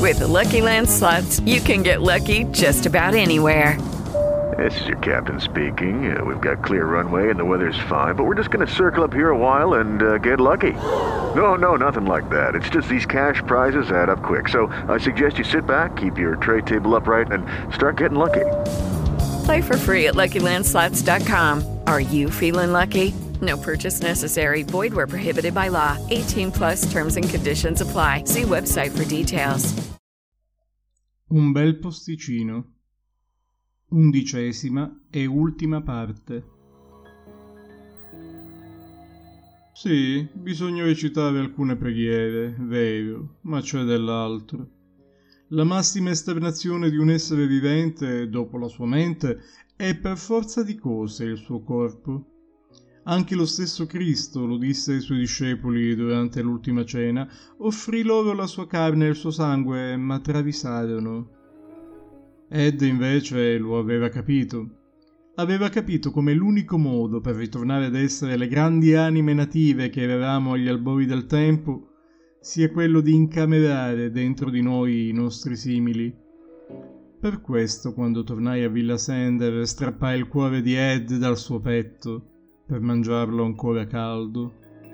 With the Lucky Land Slots, you can get lucky just about anywhere. This is your captain speaking. We've got clear runway and the weather's fine, but we're just going to circle up here a while and get lucky. No, nothing like that. It's just these cash prizes add up quick. So I suggest you sit back, keep your tray table upright, and start getting lucky. Play for free at LuckyLandSlots.com. Are you feeling lucky? No purchase necessary. Void where prohibited by law. 18 plus terms and conditions apply. See website for details. Un bel posticino. 11ª e ultima parte. Sì, bisogna recitare alcune preghiere, vero, ma c'è dell'altro. La massima esternazione di un essere vivente, dopo la sua mente, è per forza di cose il suo corpo. Anche lo stesso Cristo lo disse ai suoi discepoli durante l'ultima cena, offrì loro la sua carne e il suo sangue, ma travisarono. Ed invece lo aveva capito. Aveva capito come l'unico modo per ritornare ad essere le grandi anime native che eravamo agli albori del tempo sia quello di incamerare dentro di noi i nostri simili. Per questo, quando tornai a Villa Sender, strappai il cuore di Ed dal suo petto per mangiarlo ancora caldo.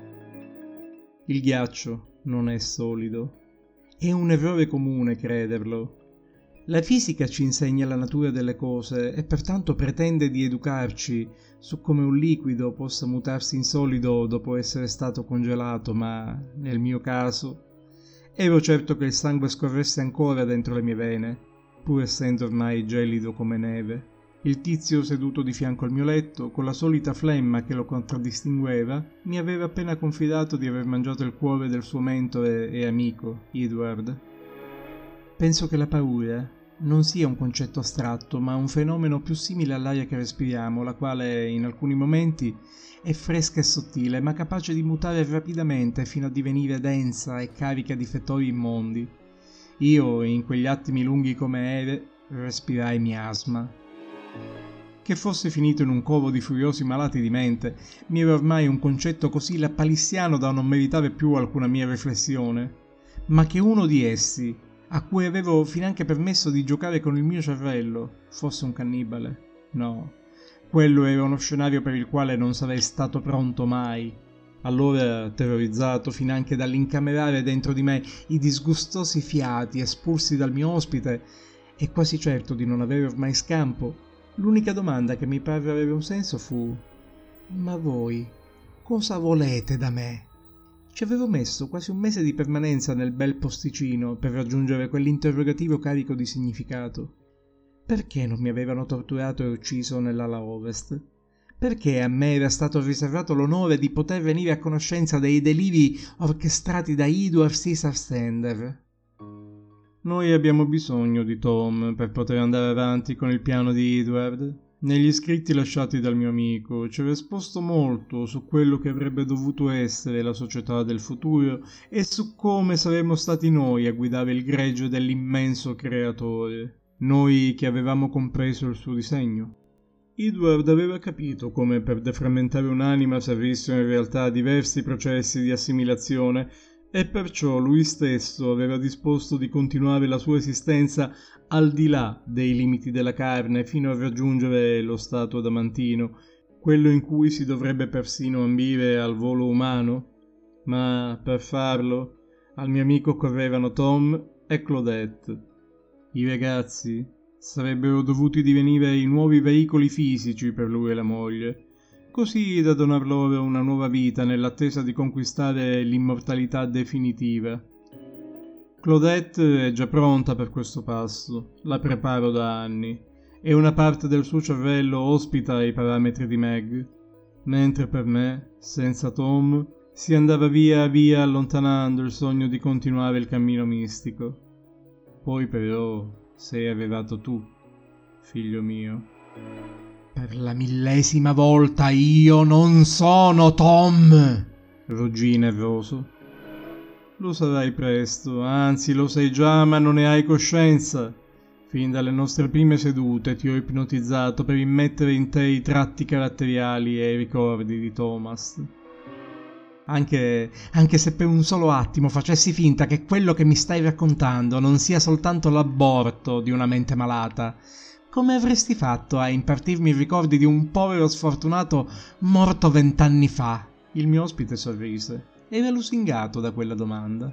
Il ghiaccio non è solido. È un errore comune crederlo. La fisica ci insegna la natura delle cose e pertanto pretende di educarci su come un liquido possa mutarsi in solido dopo essere stato congelato, ma nel mio caso ero certo che il sangue scorresse ancora dentro le mie vene, pur essendo ormai gelido come neve. Il tizio seduto di fianco al mio letto, con la solita flemma che lo contraddistingueva, mi aveva appena confidato di aver mangiato il cuore del suo mentore e amico, Edward. Penso che la paura non sia un concetto astratto, ma un fenomeno più simile all'aria che respiriamo, la quale in alcuni momenti è fresca e sottile, ma capace di mutare rapidamente fino a divenire densa e carica di fettori immondi. Io, in quegli attimi lunghi come ere, respirai miasma. Che fosse finito in un covo di furiosi malati di mente mi era ormai un concetto così lapalissiano da non meritare più alcuna mia riflessione, ma che uno di essi, a cui avevo finanche permesso di giocare con il mio cervello, fosse un cannibale. No, quello era uno scenario per il quale non sarei stato pronto mai. Allora, terrorizzato finanche dall'incamerare dentro di me i disgustosi fiati espulsi dal mio ospite e quasi certo di non avere ormai scampo, l'unica domanda che mi parve avere un senso fu: «Ma voi cosa volete da me?» Ci avevo messo quasi un mese di permanenza nel bel posticino per raggiungere quell'interrogativo carico di significato. Perché non mi avevano torturato e ucciso nell'ala ovest? Perché a me era stato riservato l'onore di poter venire a conoscenza dei deliri orchestrati da Edward Caesar Sender? Noi abbiamo bisogno di Tom per poter andare avanti con il piano di Edward. Negli scritti lasciati dal mio amico c'era esposto molto su quello che avrebbe dovuto essere la società del futuro e su come saremmo stati noi a guidare il gregge dell'immenso creatore, noi che avevamo compreso il suo disegno. Edward aveva capito come per deframmentare un'anima servissero in realtà diversi processi di assimilazione e perciò lui stesso aveva disposto di continuare la sua esistenza al di là dei limiti della carne fino a raggiungere lo stato adamantino, quello in cui si dovrebbe persino ambire al volo umano. Ma per farlo al mio amico occorrevano Tom e Claudette. I ragazzi sarebbero dovuti divenire i nuovi veicoli fisici per lui e la moglie, così da donar loro una nuova vita nell'attesa di conquistare l'immortalità definitiva. Claudette è già pronta per questo passo, la preparo da anni, e una parte del suo cervello ospita i parametri di Meg, mentre per me, senza Tom, si andava via via allontanando il sogno di continuare il cammino mistico. Poi però sei arrivato tu, figlio mio. Per la 1000ª volta io non sono Tom, ruggì nervoso. Lo sarai presto, anzi lo sei già, ma non ne hai coscienza. Fin dalle nostre prime sedute ti ho ipnotizzato per immettere in te i tratti caratteriali e i ricordi di Thomas. Anche se per un solo attimo facessi finta che quello che mi stai raccontando non sia soltanto l'aborto di una mente malata, come avresti fatto a impartirmi i ricordi di un povero sfortunato morto 20 anni fa? Il mio ospite sorrise. Era lusingato da quella domanda.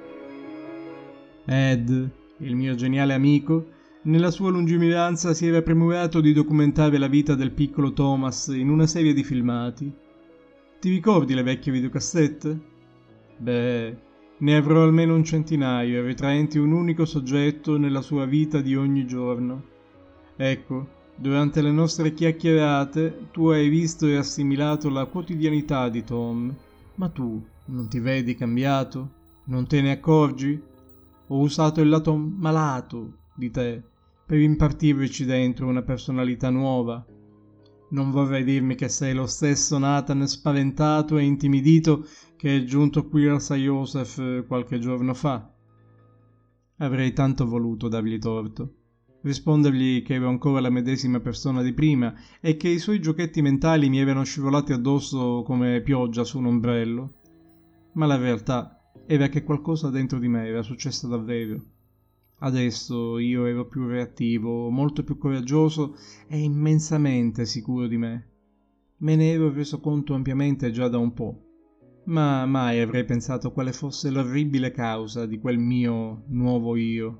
Ed, il mio geniale amico, nella sua lungimiranza si era premurato di documentare la vita del piccolo Thomas in una serie di filmati. Ti ricordi le vecchie videocassette? Beh, ne avrò almeno un centinaio ritraenti un unico soggetto nella sua vita di ogni giorno. Ecco, durante le nostre chiacchierate tu hai visto e assimilato la quotidianità di Tom, ma tu non ti vedi cambiato? Non te ne accorgi? Ho usato il lato malato di te per impartirci dentro una personalità nuova. Non vorrei dirmi che sei lo stesso Nathan spaventato e intimidito che è giunto qui al St. Joseph qualche giorno fa. Avrei tanto voluto dargli torto, rispondergli che ero ancora la medesima persona di prima e che i suoi giochetti mentali mi erano scivolati addosso come pioggia su un ombrello. Ma la realtà era che qualcosa dentro di me era successo davvero. Adesso io ero più reattivo, molto più coraggioso e immensamente sicuro di me. Me ne ero reso conto ampiamente già da un po', ma mai avrei pensato quale fosse l'orribile causa di quel mio nuovo io.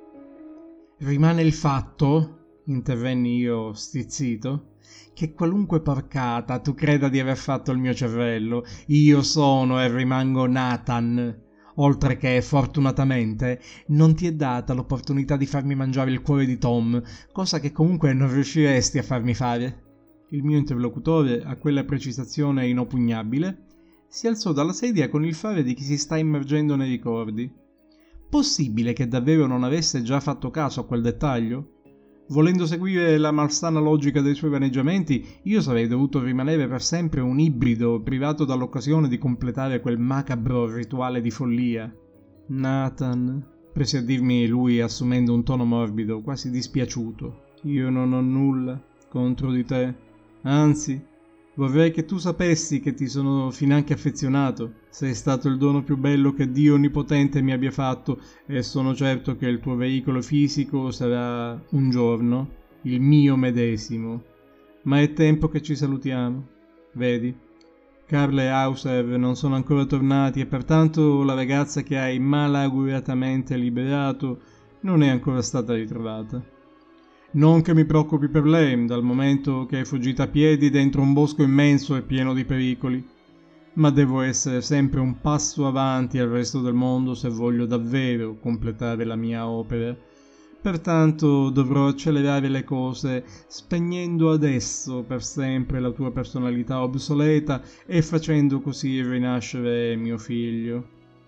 Rimane il fatto, intervenni io stizzito, che qualunque porcata tu creda di aver fatto il mio cervello, io sono e rimango Nathan. Oltre che, fortunatamente, non ti è data l'opportunità di farmi mangiare il cuore di Tom, cosa che comunque non riusciresti a farmi fare. Il mio interlocutore, a quella precisazione inoppugnabile, si alzò dalla sedia con il fare di chi si sta immergendo nei ricordi. Possibile che davvero non avesse già fatto caso a quel dettaglio? Volendo seguire la malsana logica dei suoi vaneggiamenti, io sarei dovuto rimanere per sempre un ibrido privato dall'occasione di completare quel macabro rituale di follia. Nathan, prese a dirmi lui assumendo un tono morbido, quasi dispiaciuto, io non ho nulla contro di te. Anzi, vorrei che tu sapessi che ti sono finanche affezionato. Sei stato il dono più bello che Dio Onnipotente mi abbia fatto e sono certo che il tuo veicolo fisico sarà un giorno il mio medesimo. Ma è tempo che ci salutiamo. Vedi, Carl e Hauser non sono ancora tornati e pertanto la ragazza che hai malauguratamente liberato non è ancora stata ritrovata. Non che mi preoccupi per lei, dal momento che è fuggita a piedi dentro un bosco immenso e pieno di pericoli, ma devo essere sempre un passo avanti al resto del mondo se voglio davvero completare la mia opera. Pertanto dovrò accelerare le cose, spegnendo adesso per sempre la tua personalità obsoleta e facendo così rinascere mio figlio.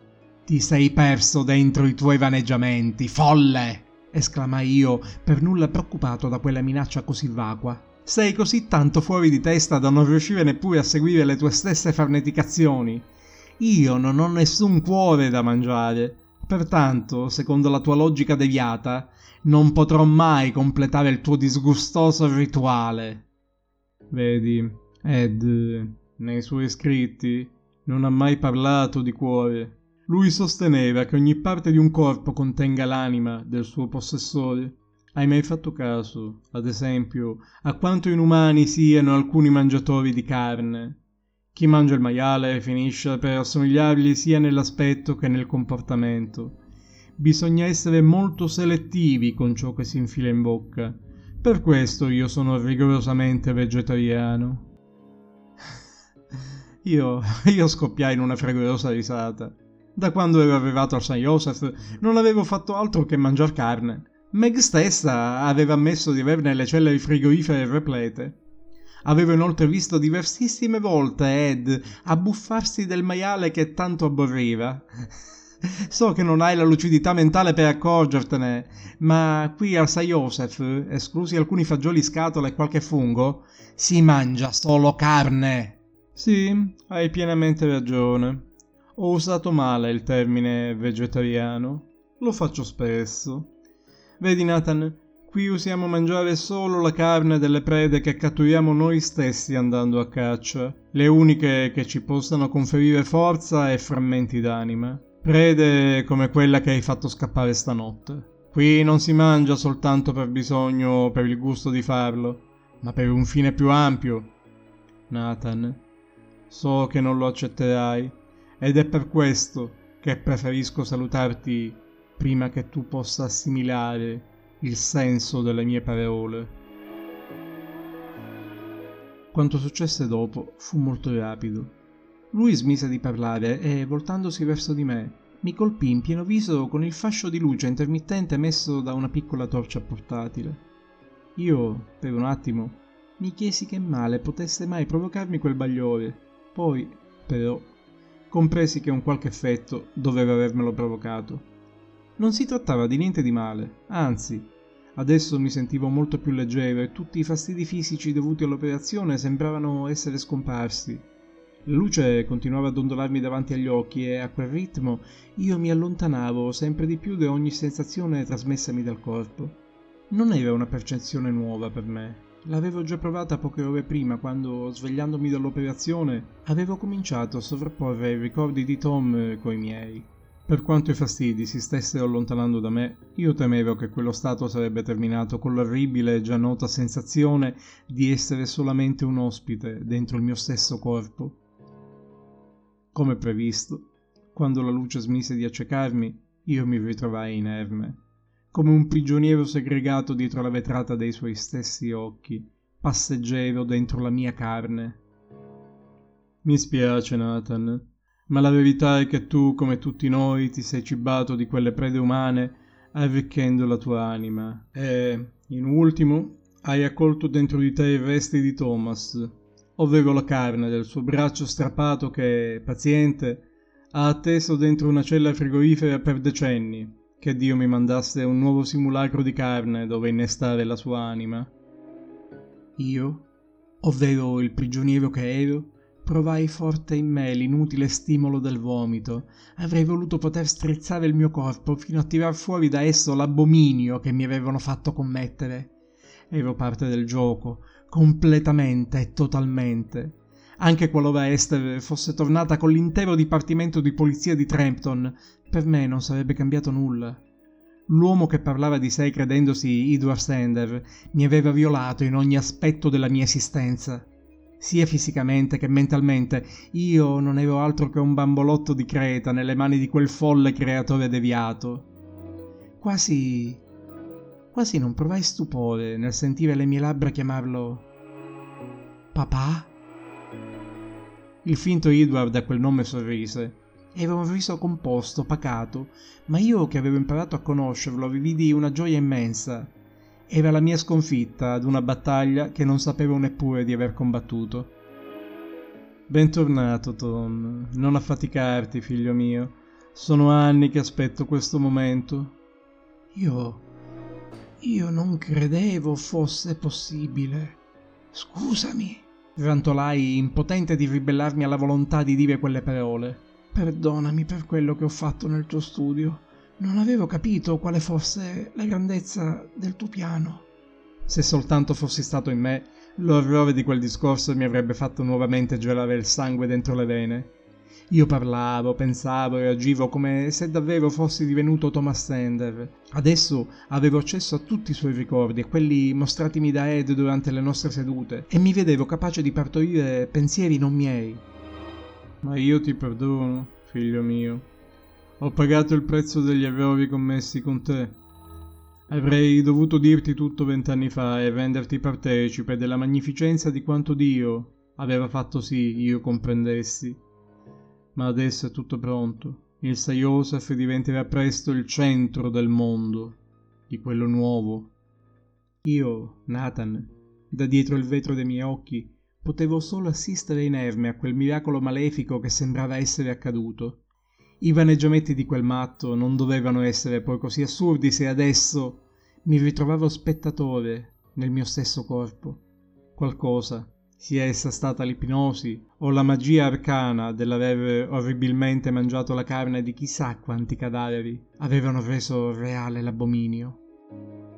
Ti sei perso dentro i tuoi vaneggiamenti, folle! Esclamai io, per nulla preoccupato da quella minaccia così vacua. Sei così tanto fuori di testa da non riuscire neppure a seguire le tue stesse farneticazioni. Io non ho nessun cuore da mangiare, pertanto, secondo la tua logica deviata, non potrò mai completare il tuo disgustoso rituale. Vedi, Ed, nei suoi scritti, non ha mai parlato di cuore. Lui sosteneva che ogni parte di un corpo contenga l'anima del suo possessore. Hai mai fatto caso, ad esempio, a quanto inumani siano alcuni mangiatori di carne? Chi mangia il maiale finisce per assomigliargli sia nell'aspetto che nel comportamento. Bisogna essere molto selettivi con ciò che si infila in bocca. Per questo io sono rigorosamente vegetariano. Io scoppiai in una fragorosa risata. Da quando ero arrivato al St. Joseph non avevo fatto altro che mangiar carne. Meg stessa aveva ammesso di averne le celle frigorifere replete. Avevo inoltre visto diversissime volte Ed abbuffarsi del maiale che tanto aborriva. So che non hai la lucidità mentale per accorgertene, ma qui al St. Joseph, esclusi alcuni fagioli scatola e qualche fungo, si mangia solo carne. Sì, hai pienamente ragione. Ho usato male il termine vegetariano. Lo faccio spesso. Vedi, Nathan, Qui usiamo mangiare solo la carne delle prede che catturiamo noi stessi andando a caccia, le uniche che ci possano conferire forza e frammenti d'anima. Prede come quella che hai fatto scappare stanotte. Qui non si mangia soltanto per bisogno o per il gusto di farlo, ma per un fine più ampio. Nathan, so che non lo accetterai, ed è per questo che preferisco salutarti prima che tu possa assimilare il senso delle mie parole. Quanto successe dopo fu molto rapido. Lui smise di parlare e, voltandosi verso di me, mi colpì in pieno viso con il fascio di luce intermittente messo da una piccola torcia portatile. Io, per un attimo, mi chiesi che male potesse mai provocarmi quel bagliore. Poi, però, compresi che un qualche effetto doveva avermelo provocato. Non si trattava di niente di male, anzi, adesso mi sentivo molto più leggero e tutti i fastidi fisici dovuti all'operazione sembravano essere scomparsi. La luce continuava a dondolarmi davanti agli occhi e a quel ritmo io mi allontanavo sempre di più da ogni sensazione trasmessami dal corpo. Non era una percezione nuova per me. L'avevo già provata poche ore prima quando, svegliandomi dall'operazione, avevo cominciato a sovrapporre i ricordi di Tom coi miei. Per quanto i fastidi si stessero allontanando da me, io temevo che quello stato sarebbe terminato con l'orribile e già nota sensazione di essere solamente un ospite dentro il mio stesso corpo. Come previsto, quando la luce smise di accecarmi, io mi ritrovai inerme. Come un prigioniero segregato dietro la vetrata dei suoi stessi occhi, passeggero dentro la mia carne. Mi spiace, Nathan, ma la verità è che tu, come tutti noi, ti sei cibato di quelle prede umane, arricchendo la tua anima. E, in ultimo, hai accolto dentro di te i resti di Thomas, ovvero la carne del suo braccio strappato che, paziente, ha atteso dentro una cella frigorifera per decenni, che Dio mi mandasse un nuovo simulacro di carne dove innestare la sua anima. Io, ovvero il prigioniero che ero, provai forte in me l'inutile stimolo del vomito. Avrei voluto poter strizzare il mio corpo fino a tirar fuori da esso l'abominio che mi avevano fatto commettere. Ero parte del gioco, completamente e totalmente. Anche qualora Esther fosse tornata con l'intero dipartimento di polizia di Trampton, per me non sarebbe cambiato nulla. L'uomo che parlava di sé credendosi Edward Sander mi aveva violato in ogni aspetto della mia esistenza. Sia fisicamente che mentalmente, io non ero altro che un bambolotto di creta nelle mani di quel folle creatore deviato. Quasi non provai stupore nel sentire le mie labbra chiamarlo papà. Il finto Edward a quel nome sorrise. Era un riso composto, pacato, ma io che avevo imparato a conoscerlo vi vidi una gioia immensa. Era la mia sconfitta ad una battaglia che non sapevo neppure di aver combattuto. Bentornato, Tom. Non affaticarti, figlio mio. Sono anni che aspetto questo momento. Io non credevo fosse possibile. Scusami, rantolai, impotente di ribellarmi alla volontà di dire quelle parole. Perdonami per quello che ho fatto nel tuo studio. Non avevo capito quale fosse la grandezza del tuo piano. Se soltanto fossi stato in me, l'orrore di quel discorso mi avrebbe fatto nuovamente gelare il sangue dentro le vene. Io parlavo, pensavo e agivo come se davvero fossi divenuto Thomas Sander. Adesso avevo accesso a tutti i suoi ricordi, a quelli mostratimi da Ed durante le nostre sedute, e mi vedevo capace di partorire pensieri non miei. Ma io ti perdono, figlio mio. Ho pagato il prezzo degli errori commessi con te. Avrei dovuto dirti tutto 20 anni fa e renderti partecipe della magnificenza di quanto Dio aveva fatto sì io comprendessi. Ma adesso è tutto pronto. Il St. Joseph diventerà presto il centro del mondo, di quello nuovo. Io, Nathan, da dietro il vetro dei miei occhi, potevo solo assistere inerme a quel miracolo malefico che sembrava essere accaduto. I vaneggiamenti di quel matto non dovevano essere poi così assurdi se adesso mi ritrovavo spettatore nel mio stesso corpo. Qualcosa, sia essa stata l'ipnosi o la magia arcana dell'aver orribilmente mangiato la carne di chissà quanti cadaveri, avevano reso reale l'abominio.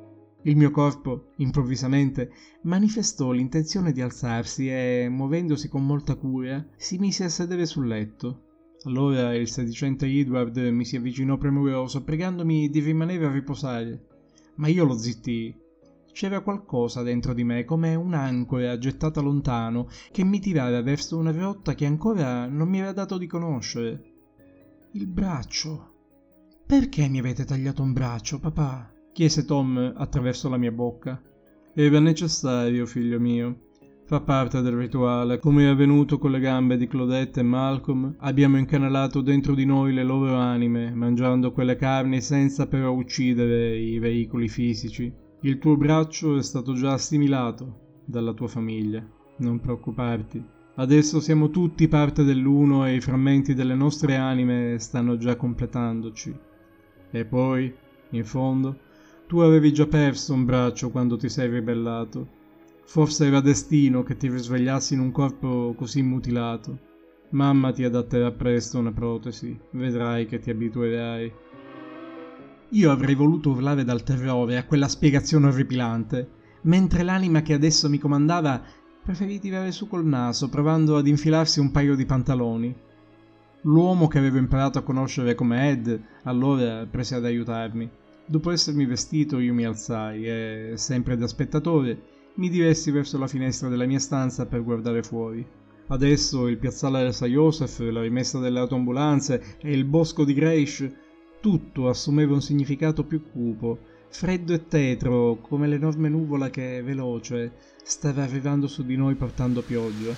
Il mio corpo, improvvisamente, manifestò l'intenzione di alzarsi e, muovendosi con molta cura, si mise a sedere sul letto. Allora il sedicente Edward mi si avvicinò premuroso, pregandomi di rimanere a riposare. Ma io lo zittii. C'era qualcosa dentro di me, come un'ancora gettata lontano, che mi tirava verso una rotta che ancora non mi era dato di conoscere. Il braccio. «Perché mi avete tagliato un braccio, papà?» chiese Tom attraverso la mia bocca. «Era necessario, figlio mio. Fa parte del rituale. Come è avvenuto con le gambe di Claudette e Malcolm, abbiamo incanalato dentro di noi le loro anime, mangiando quelle carni senza però uccidere i veicoli fisici. Il tuo braccio è stato già assimilato dalla tua famiglia. Non preoccuparti. Adesso siamo tutti parte dell'uno e i frammenti delle nostre anime stanno già completandoci. E poi, in fondo, tu avevi già perso un braccio quando ti sei ribellato. Forse era destino che ti risvegliassi in un corpo così mutilato. Mamma ti adatterà presto una protesi, vedrai che ti abituerai». Io avrei voluto urlare dal terrore a quella spiegazione orripilante, mentre l'anima che adesso mi comandava preferì tirare su col naso, provando ad infilarsi un paio di pantaloni. L'uomo che avevo imparato a conoscere come Ed allora prese ad aiutarmi. Dopo essermi vestito io mi alzai e, sempre da spettatore, mi diressi verso la finestra della mia stanza per guardare fuori. Adesso il piazzale del St. Joseph, la rimessa delle autoambulanze e il bosco di Graish, tutto assumeva un significato più cupo, freddo e tetro, come l'enorme nuvola che, veloce, stava arrivando su di noi portando pioggia.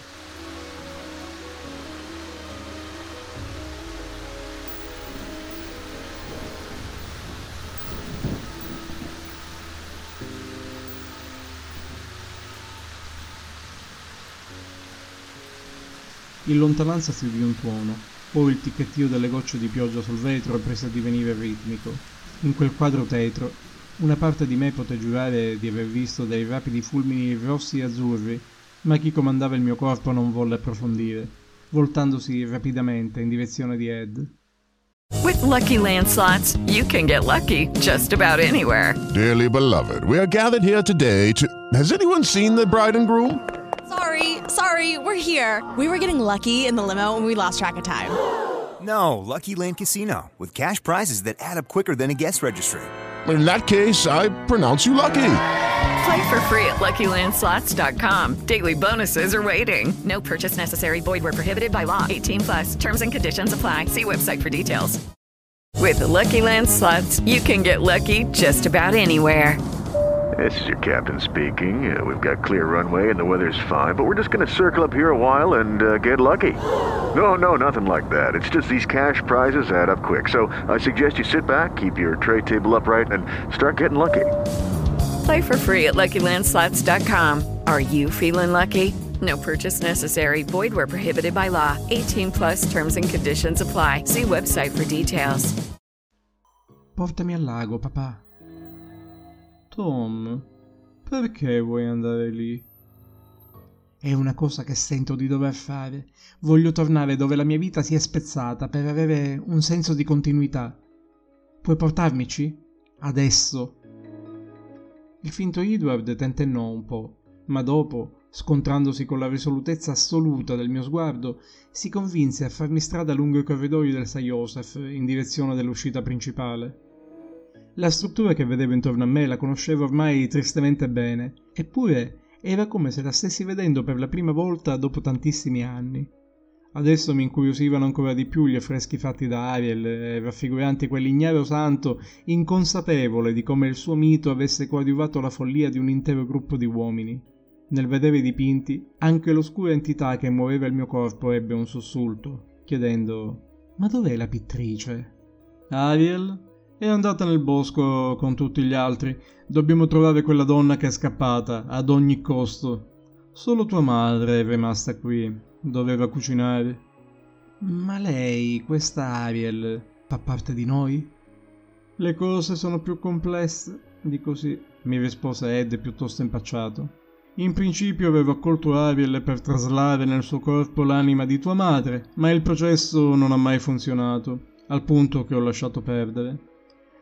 In lontananza si udì un tuono, poi il ticchettio delle gocce di pioggia sul vetro prese a divenire ritmico. In quel quadro tetro, una parte di me poté giurare di aver visto dei rapidi fulmini rossi e azzurri, ma chi comandava il mio corpo non volle approfondire, voltandosi rapidamente in direzione di Ed. With Lucky Land Slots, you can get lucky just about anywhere. Dearly beloved, we are gathered here today to... Has anyone seen the bride and groom? Sorry, we're here. We were getting lucky in the limo and we lost track of time. No, Lucky Land Casino, with cash prizes that add up quicker than a guest registry. In that case, I pronounce you lucky. Play for free at LuckyLandSlots.com. Daily bonuses are waiting. No purchase necessary. Void where prohibited by law. 18+. Terms and conditions apply. See website for details. With Lucky Land Slots, you can get lucky just about anywhere. This is your captain speaking. We've got clear runway and the weather's fine, but we're just going to circle up here a while and get lucky. No, nothing like that. It's just these cash prizes add up quick. So I suggest you sit back, keep your tray table upright, and start getting lucky. Play for free at LuckyLandSlots.com. Are you feeling lucky? No purchase necessary. Void where prohibited by law. 18+ terms and conditions apply. See website for details. Portami al lago, papà. Tom, perché vuoi andare lì? È una cosa che sento di dover fare. Voglio tornare dove la mia vita si è spezzata per avere un senso di continuità. Puoi portarmici? Adesso. Il finto Edward tentennò un po', ma dopo, scontrandosi con la risolutezza assoluta del mio sguardo, si convinse a farmi strada lungo i corridoi del St. Joseph in direzione dell'uscita principale. La struttura che vedevo intorno a me la conoscevo ormai tristemente bene, eppure era come se la stessi vedendo per la prima volta dopo tantissimi anni. Adesso mi incuriosivano ancora di più gli affreschi fatti da Ariel, raffiguranti quell'ignaro santo, inconsapevole di come il suo mito avesse coadiuvato la follia di un intero gruppo di uomini. Nel vedere i dipinti, anche l'oscura entità che muoveva il mio corpo ebbe un sussulto, chiedendo: «Ma dov'è la pittrice?» «Ariel? È andata nel bosco con tutti gli altri. Dobbiamo trovare quella donna che è scappata, ad ogni costo. Solo tua madre è rimasta qui. Doveva cucinare». «Ma lei, questa Ariel, fa parte di noi?» «Le cose sono più complesse di così», mi rispose Ed piuttosto impacciato. «In principio avevo accolto Ariel per traslare nel suo corpo l'anima di tua madre, ma il processo non ha mai funzionato, al punto che ho lasciato perdere.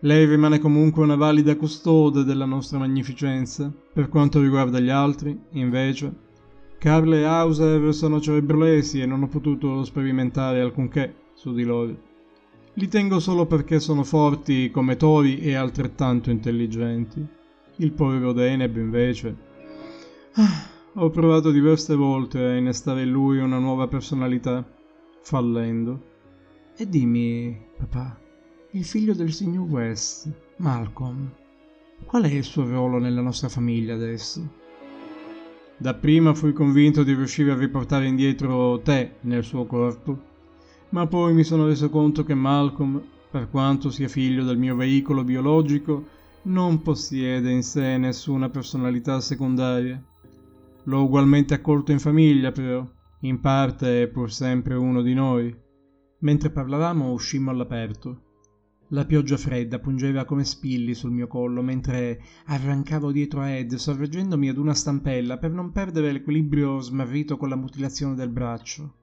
Lei rimane comunque una valida custode della nostra magnificenza. Per quanto riguarda gli altri, invece, Carl e Hauser sono cerebrolesi e non ho potuto sperimentare alcunché su di loro. Li tengo solo perché sono forti come tori e altrettanto intelligenti. Il povero Deneb, invece... ho provato diverse volte a innestare in lui una nuova personalità, fallendo. E dimmi, papà, il figlio del signor West, Malcolm, qual è il suo ruolo nella nostra famiglia adesso? Dapprima fui convinto di riuscire a riportare indietro te nel suo corpo, ma poi mi sono reso conto che Malcolm, per quanto sia figlio del mio veicolo biologico, non possiede in sé nessuna personalità secondaria. L'ho ugualmente accolto in famiglia, però, in parte è pur sempre uno di noi. Mentre parlavamo uscimmo all'aperto. La pioggia fredda pungeva come spilli sul mio collo mentre arrancavo dietro a Ed, sorreggendomi ad una stampella per non perdere l'equilibrio smarrito con la mutilazione del braccio.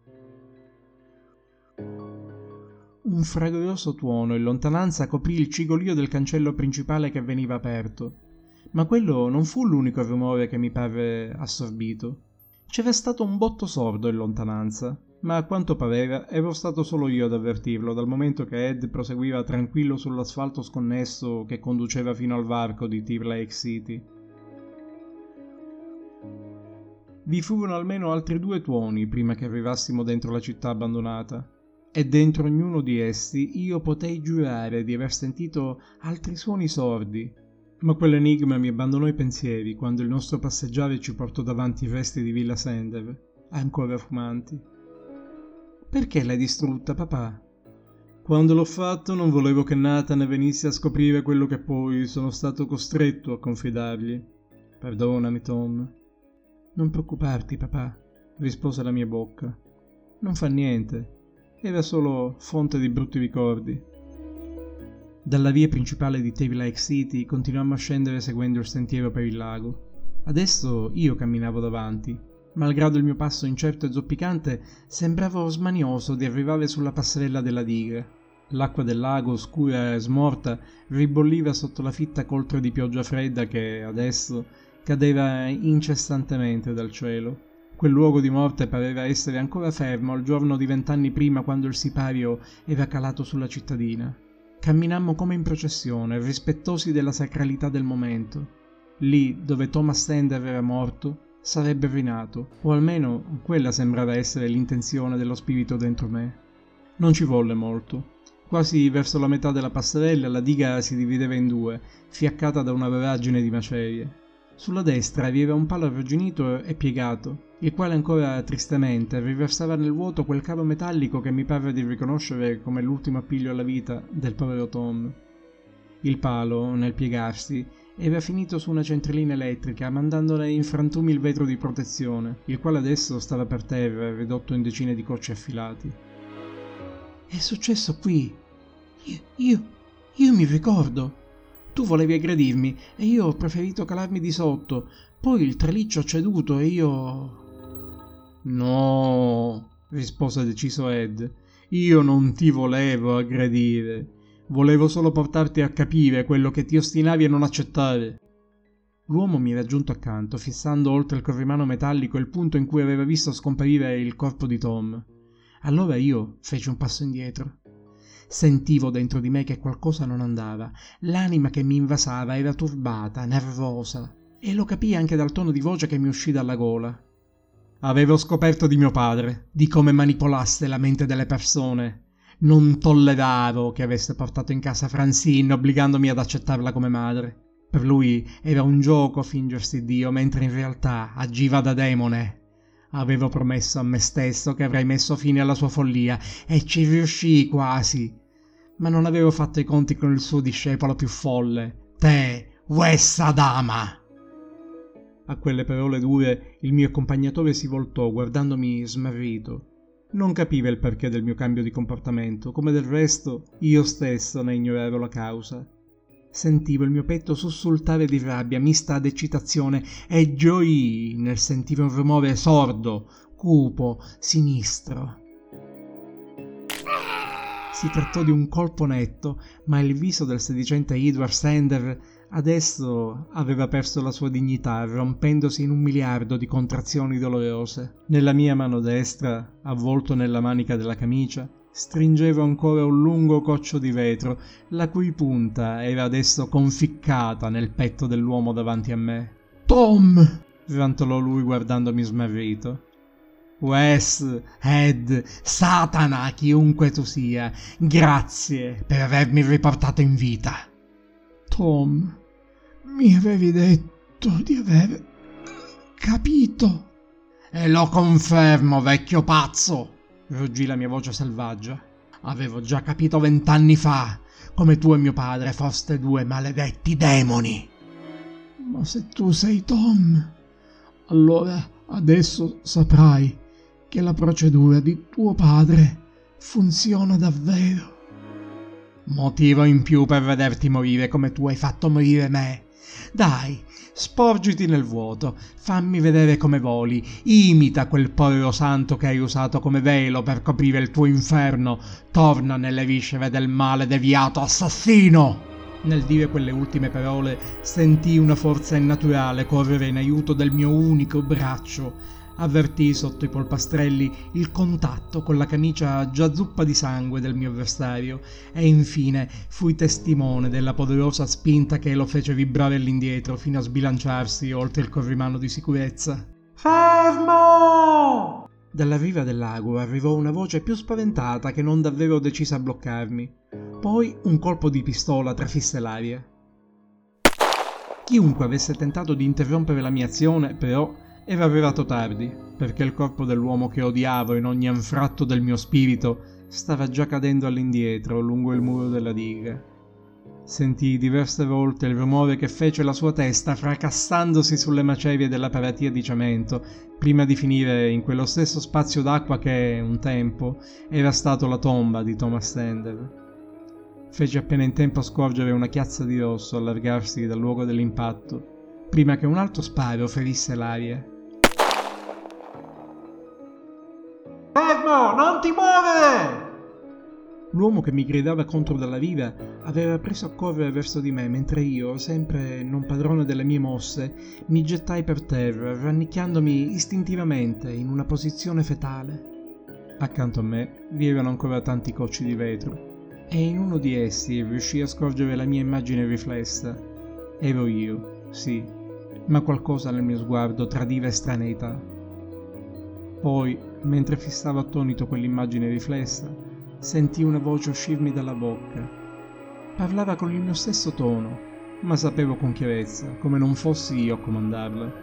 Un fragoroso tuono in lontananza coprì il cigolio del cancello principale che veniva aperto, ma quello non fu l'unico rumore che mi parve assorbito. C'era stato un botto sordo in lontananza, ma a quanto pareva ero stato solo io ad avvertirlo, dal momento che Ed proseguiva tranquillo sull'asfalto sconnesso che conduceva fino al varco di Tiv Lake City. Vi furono almeno altri 2 tuoni prima che arrivassimo dentro la città abbandonata, e dentro ognuno di essi io potei giurare di aver sentito altri suoni sordi. Ma quell'enigma mi abbandonò i pensieri quando il nostro passeggiare ci portò davanti i resti di Villa Sender, ancora fumanti. Perché l'hai distrutta, papà? Quando l'ho fatto non volevo che Nathan venisse a scoprire quello che poi sono stato costretto a confidargli. Perdonami, Tom. Non preoccuparti, papà, rispose la mia bocca. Non fa niente, era solo fonte di brutti ricordi. Dalla via principale di Tiv Lake City continuammo a scendere seguendo il sentiero per il lago. Adesso io camminavo davanti. Malgrado il mio passo incerto e zoppicante, sembravo smanioso di arrivare sulla passerella della diga. L'acqua del lago, scura e smorta, ribolliva sotto la fitta coltre di pioggia fredda che, adesso, cadeva incessantemente dal cielo. Quel luogo di morte pareva essere ancora fermo al giorno di 20 anni prima, quando il sipario era calato sulla cittadina. Camminammo come in processione, rispettosi della sacralità del momento. Lì, dove Thomas Sender era morto, sarebbe rinato, o almeno quella sembrava essere l'intenzione dello spirito dentro me. Non ci volle molto. Quasi verso la metà della passerella la diga si divideva in 2, fiaccata da una voragine di macerie. Sulla destra vi era un palo arrugginito e piegato, il quale ancora tristemente riversava nel vuoto quel cavo metallico che mi parve di riconoscere come l'ultimo appiglio alla vita del povero Tom. Il palo, nel piegarsi, era finito su una centralina elettrica, mandandone in frantumi il vetro di protezione, il quale adesso stava per terra, ridotto in decine di cocci affilati. È successo qui. Io mi ricordo. Tu volevi aggredirmi e io ho preferito calarmi di sotto. Poi il traliccio ha ceduto e io... No, rispose deciso Ed. Io non ti volevo aggredire. Volevo solo portarti a capire quello che ti ostinavi a non accettare. L'uomo mi era giunto accanto, fissando oltre il corrimano metallico il punto in cui aveva visto scomparire il corpo di Tom. Allora io feci un passo indietro. Sentivo dentro di me che qualcosa non andava. L'anima che mi invasava era turbata, nervosa, e lo capii anche dal tono di voce che mi uscì dalla gola. Avevo scoperto di mio padre, di come manipolasse la mente delle persone. Non tolleravo che avesse portato in casa Francine, obbligandomi ad accettarla come madre. Per lui era un gioco fingersi Dio, mentre in realtà agiva da demone. Avevo promesso a me stesso che avrei messo fine alla sua follia, e ci riuscii quasi. Ma non avevo fatto i conti con il suo discepolo più folle, te, Wes Adama. A quelle parole dure il mio accompagnatore si voltò, guardandomi smarrito. Non capiva il perché del mio cambio di comportamento, come del resto io stesso ne ignoravo la causa. Sentivo il mio petto sussultare di rabbia mista ad eccitazione e gioii nel sentire un rumore sordo, cupo, sinistro. Si trattò di un colpo netto, ma il viso del sedicente Edward Sander adesso aveva perso la sua dignità, rompendosi in 1 miliardo di contrazioni dolorose. Nella mia mano destra, avvolto nella manica della camicia, stringevo ancora un lungo coccio di vetro, la cui punta era adesso conficcata nel petto dell'uomo davanti a me. «Tom!» rantolò lui guardandomi smarrito. «Wes, Ed, Satana, chiunque tu sia, grazie per avermi riportato in vita!» «Tom, mi avevi detto di aver capito!» «E lo confermo, vecchio pazzo!» ruggì la mia voce selvaggia. «Avevo già capito 20 anni fa come tu e mio padre foste 2 maledetti demoni!» «Ma se tu sei Tom, allora adesso saprai che la procedura di tuo padre funziona davvero. Motivo in più per vederti morire come tu hai fatto morire me. Dai, sporgiti nel vuoto, fammi vedere come voli, imita quel povero santo che hai usato come velo per coprire il tuo inferno, torna nelle viscere del male deviato assassino!» Nel dire quelle ultime parole sentii una forza innaturale correre in aiuto del mio unico braccio. Avvertii sotto i polpastrelli il contatto con la camicia già zuppa di sangue del mio avversario e infine fui testimone della poderosa spinta che lo fece vibrare all'indietro fino a sbilanciarsi oltre il corrimano di sicurezza. «Fermo!» Dalla riva del lago arrivò una voce più spaventata che non davvero decisa a bloccarmi. Poi un colpo di pistola trafisse l'aria. Chiunque avesse tentato di interrompere la mia azione, però, era arrivato tardi, perché il corpo dell'uomo che odiavo in ogni anfratto del mio spirito stava già cadendo all'indietro lungo il muro della diga. Sentii diverse volte il rumore che fece la sua testa fracassandosi sulle macerie della paratia di cemento, prima di finire in quello stesso spazio d'acqua che, un tempo, era stato la tomba di Thomas Sander. Feci appena in tempo a scorgere una chiazza di rosso allargarsi dal luogo dell'impatto, prima che un altro sparo ferisse l'aria. «Fermo! Non ti muovere!» L'uomo che mi gridava contro dalla riva aveva preso a correre verso di me, mentre io, sempre non padrone delle mie mosse, mi gettai per terra, rannicchiandomi istintivamente in una posizione fetale. Accanto a me vi erano ancora tanti cocci di vetro, e in uno di essi riuscii a scorgere la mia immagine riflessa. Ero io, sì, ma qualcosa nel mio sguardo tradiva estraneità. Poi, mentre fissavo attonito quell'immagine riflessa, sentii una voce uscirmi dalla bocca. Parlava con il mio stesso tono, ma sapevo con chiarezza, come non fossi io a comandarla.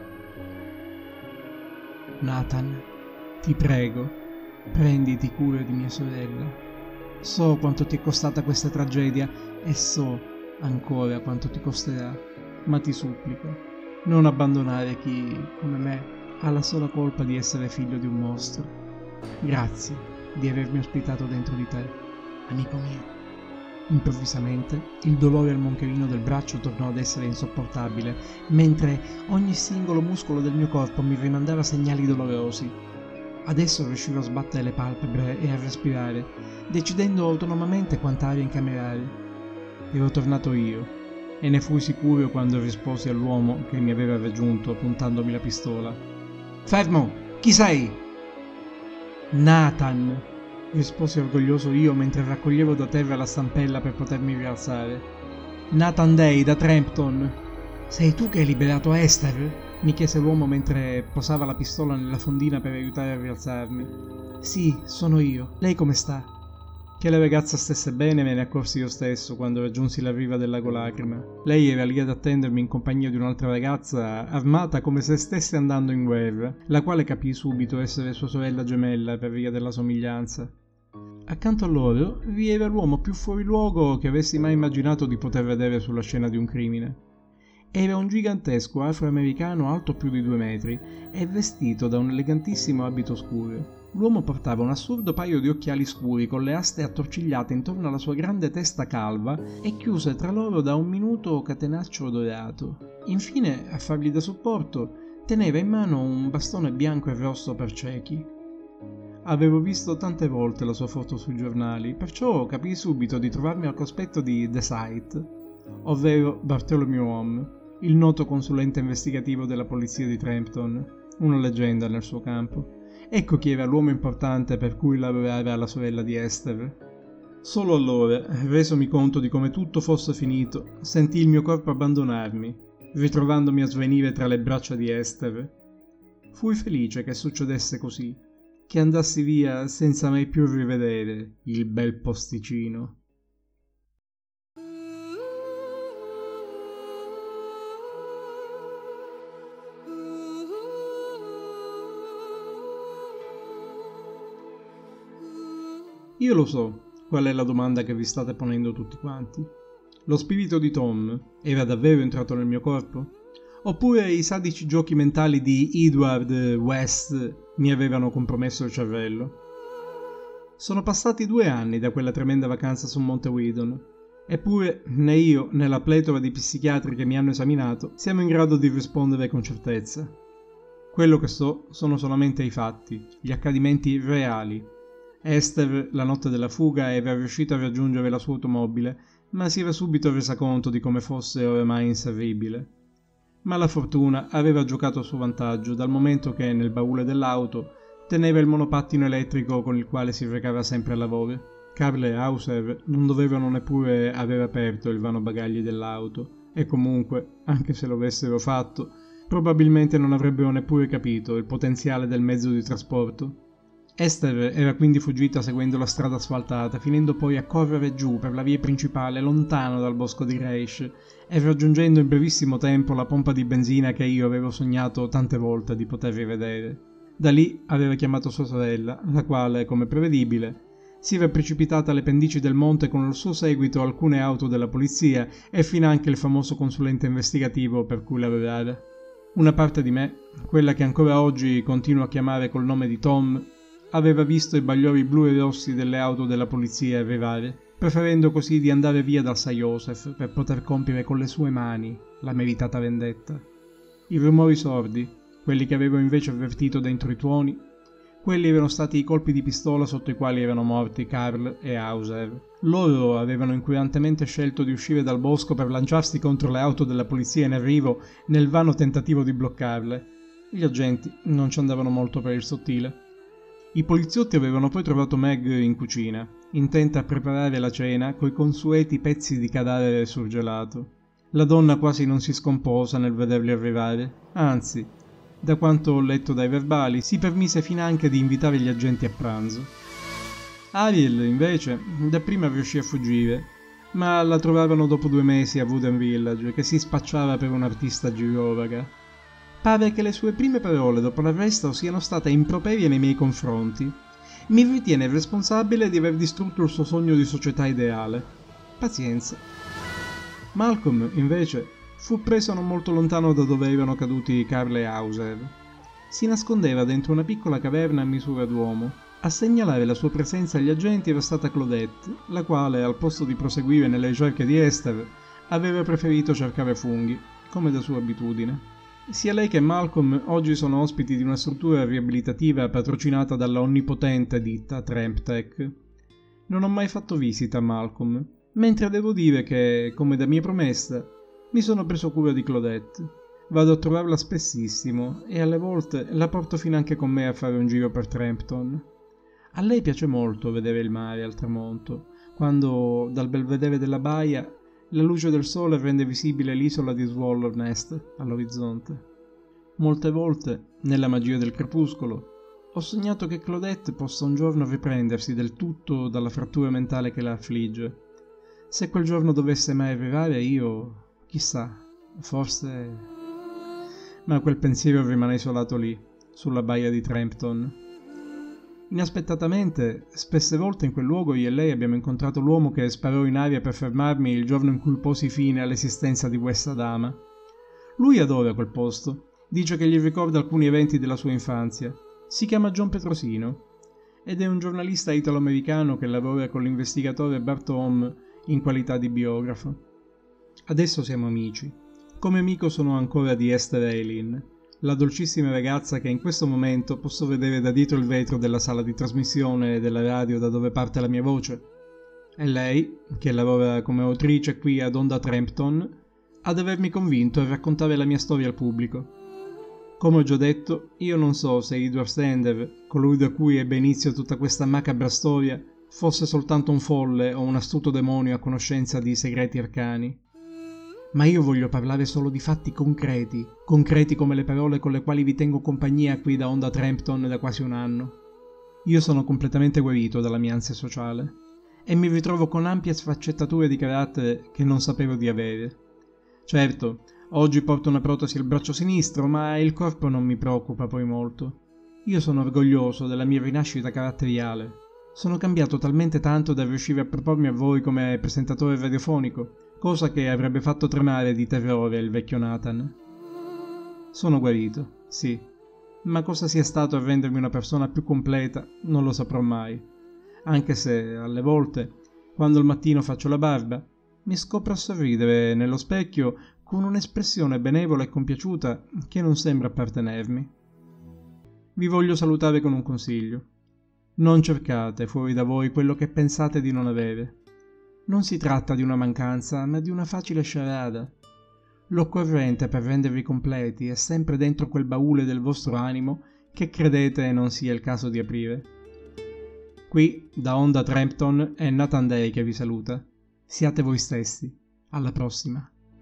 «Nathan, ti prego, prenditi cura di mia sorella. So quanto ti è costata questa tragedia e so ancora quanto ti costerà, ma ti supplico, non abbandonare chi, come me, ha la sola colpa di essere figlio di un mostro. Grazie di avermi ospitato dentro di te, amico mio». Improvvisamente il dolore al moncherino del braccio tornò ad essere insopportabile, mentre ogni singolo muscolo del mio corpo mi rimandava segnali dolorosi. Adesso riuscivo a sbattere le palpebre e a respirare, decidendo autonomamente quanta aria incamerare. Ero tornato io, e ne fui sicuro quando risposi all'uomo che mi aveva raggiunto puntandomi la pistola. «Fermo! Chi sei?» «Nathan», risposi orgoglioso io mentre raccoglievo da terra la stampella per potermi rialzare. «Nathan Day, da Trampton». «Sei tu che hai liberato Esther?» mi chiese l'uomo mentre posava la pistola nella fondina per aiutare a rialzarmi. «Sì, sono io. Lei come sta?» Che la ragazza stesse bene me ne accorsi io stesso quando raggiunsi la riva del lago Lacrima. Lei era lì ad attendermi in compagnia di un'altra ragazza armata come se stesse andando in guerra, la quale capii subito essere sua sorella gemella per via della somiglianza. Accanto a loro vi era l'uomo più fuori luogo che avessi mai immaginato di poter vedere sulla scena di un crimine. Era un gigantesco afroamericano alto più di 2 metri e vestito da un elegantissimo abito scuro. L'uomo portava un assurdo paio di occhiali scuri con le aste attorcigliate intorno alla sua grande testa calva e chiuse tra loro da un minuto catenaccio dorato. Infine, a fargli da supporto, teneva in mano un bastone bianco e rosso per ciechi. Avevo visto tante volte la sua foto sui giornali, perciò capii subito di trovarmi al cospetto di The Sight, ovvero Bartholomew Home, il noto consulente investigativo della polizia di Trampton, una leggenda nel suo campo. Ecco chi era l'uomo importante per cui lavorava la sorella di Esther. Solo allora, resomi conto di come tutto fosse finito, sentii il mio corpo abbandonarmi, ritrovandomi a svenire tra le braccia di Esther. Fui felice che succedesse così, che andassi via senza mai più rivedere il bel posticino. Io lo so qual è la domanda che vi state ponendo tutti quanti. Lo spirito di Tom era davvero entrato nel mio corpo? Oppure i sadici giochi mentali di Edward West mi avevano compromesso il cervello? Sono passati 2 anni da quella tremenda vacanza su Monte Weedon, eppure né io né la pletora di psichiatri che mi hanno esaminato siamo in grado di rispondere con certezza. Quello che so sono solamente i fatti, gli accadimenti reali. Esther, la notte della fuga, era riuscita a raggiungere la sua automobile, ma si era subito resa conto di come fosse oramai inservibile. Ma la fortuna aveva giocato a suo vantaggio, dal momento che nel baule dell'auto teneva il monopattino elettrico con il quale si recava sempre al lavoro. Carl e Hauser non dovevano neppure aver aperto il vano bagagli dell'auto, e comunque, anche se lo avessero fatto, probabilmente non avrebbero neppure capito il potenziale del mezzo di trasporto. Esther era quindi fuggita seguendo la strada asfaltata, finendo poi a correre giù per la via principale lontano dal bosco di Reish e raggiungendo in brevissimo tempo la pompa di benzina che io avevo sognato tante volte di poter rivedere. Da lì aveva chiamato sua sorella, la quale, come prevedibile, si era precipitata alle pendici del monte con il suo seguito alcune auto della polizia e finanche il famoso consulente investigativo per cui lavorava. Una parte di me, quella che ancora oggi continuo a chiamare col nome di Tom, aveva visto i bagliori blu e rossi delle auto della polizia arrivare, preferendo così di andare via dal St. Joseph per poter compiere con le sue mani la meritata vendetta. I rumori sordi, quelli che avevo invece avvertito dentro i tuoni, quelli erano stati i colpi di pistola sotto i quali erano morti Carl e Hauser. Loro avevano incurantemente scelto di uscire dal bosco per lanciarsi contro le auto della polizia in arrivo nel vano tentativo di bloccarle. Gli agenti non ci andavano molto per il sottile. I poliziotti avevano poi trovato Meg in cucina, intenta a preparare la cena coi consueti pezzi di cadavere surgelato. La donna quasi non si scomposa nel vederli arrivare, anzi, da quanto ho letto dai verbali, si permise finanche di invitare gli agenti a pranzo. Ariel, invece, dapprima riuscì a fuggire, ma la trovavano dopo 2 mesi a Wooden Village, che si spacciava per un'artista girovaga. Pare che le sue prime parole dopo l'arresto siano state improperie nei miei confronti. Mi ritiene responsabile di aver distrutto il suo sogno di società ideale. Pazienza. Malcolm, invece, fu preso non molto lontano da dove erano caduti Carl e Hauser. Si nascondeva dentro una piccola caverna a misura d'uomo. A segnalare la sua presenza agli agenti era stata Claudette, la quale, al posto di proseguire nelle ricerche di Esther, aveva preferito cercare funghi, come da sua abitudine. Sia lei che Malcolm oggi sono ospiti di una struttura riabilitativa patrocinata dalla onnipotente ditta TrampTech. Non ho mai fatto visita a Malcolm, mentre devo dire che, come da mia promessa, mi sono preso cura di Claudette. Vado a trovarla spessissimo e alle volte la porto finanche con me a fare un giro per Trampton. A lei piace molto vedere il mare al tramonto, quando dal belvedere della baia la luce del sole rende visibile l'isola di Swallow Nest all'orizzonte. Molte volte, nella magia del crepuscolo, ho sognato che Claudette possa un giorno riprendersi del tutto dalla frattura mentale che la affligge. Se quel giorno dovesse mai arrivare, io, chissà, forse... Ma quel pensiero rimane isolato lì, sulla baia di Trampton. Inaspettatamente, spesse volte in quel luogo io e lei abbiamo incontrato l'uomo che sparò in aria per fermarmi il giorno in cui posi fine all'esistenza di questa dama. Lui adora quel posto, dice che gli ricorda alcuni eventi della sua infanzia. Si chiama John Petrosino ed è un giornalista italo-americano che lavora con l'investigatore Bart Home in qualità di biografo. Adesso siamo amici. Come amico sono ancora di Esther Eileen, la dolcissima ragazza che in questo momento posso vedere da dietro il vetro della sala di trasmissione della radio da dove parte la mia voce. È lei, che lavora come autrice qui ad Onda Trampton, ad avermi convinto a raccontare la mia storia al pubblico. Come ho già detto, io non so se Edward Stander, colui da cui ebbe inizio tutta questa macabra storia, fosse soltanto un folle o un astuto demonio a conoscenza di segreti arcani. Ma io voglio parlare solo di fatti concreti, concreti come le parole con le quali vi tengo compagnia qui da Onda Trampton da quasi un anno. Io sono completamente guarito dalla mia ansia sociale e mi ritrovo con ampie sfaccettature di carattere che non sapevo di avere. Certo, oggi porto una protesi al braccio sinistro, ma il corpo non mi preoccupa poi molto. Io sono orgoglioso della mia rinascita caratteriale. Sono cambiato talmente tanto da riuscire a propormi a voi come presentatore radiofonico, cosa che avrebbe fatto tremare di terrore il vecchio Nathan. Sono guarito, sì, ma cosa sia stato a rendermi una persona più completa non lo saprò mai. Anche se, alle volte, quando al mattino faccio la barba, mi scopro a sorridere nello specchio con un'espressione benevola e compiaciuta che non sembra appartenermi. Vi voglio salutare con un consiglio. Non cercate fuori da voi quello che pensate di non avere. Non si tratta di una mancanza, ma di una facile sciarada. L'occorrente per rendervi completi è sempre dentro quel baule del vostro animo che credete non sia il caso di aprire. Qui, da Onda Trampton, è Nathan Day che vi saluta. Siate voi stessi. Alla prossima.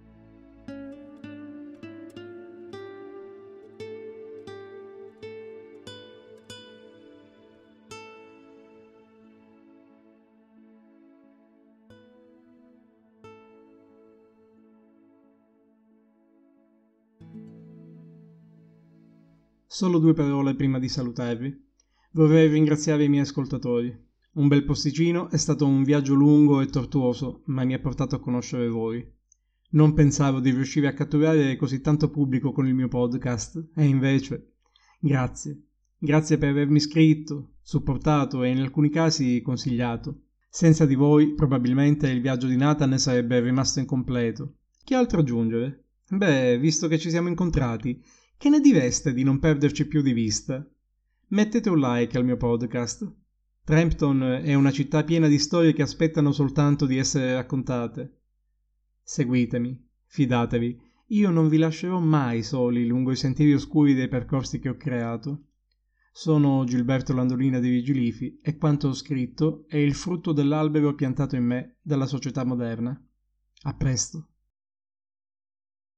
Solo 2 parole prima di salutarvi. Vorrei ringraziare i miei ascoltatori. Un bel posticino è stato un viaggio lungo e tortuoso, ma mi ha portato a conoscere voi. Non pensavo di riuscire a catturare così tanto pubblico con il mio podcast, e invece, grazie. Grazie per avermi scritto, supportato e in alcuni casi consigliato. Senza di voi, probabilmente, il viaggio di Nathan sarebbe rimasto incompleto. Che altro aggiungere? Beh, visto che ci siamo incontrati, che ne direste di non perderci più di vista? Mettete un like al mio podcast. Trampton è una città piena di storie che aspettano soltanto di essere raccontate. Seguitemi, fidatevi, io non vi lascerò mai soli lungo i sentieri oscuri dei percorsi che ho creato. Sono Gilberto Landolina di Vigilifi e quanto ho scritto è il frutto dell'albero piantato in me dalla società moderna. A presto.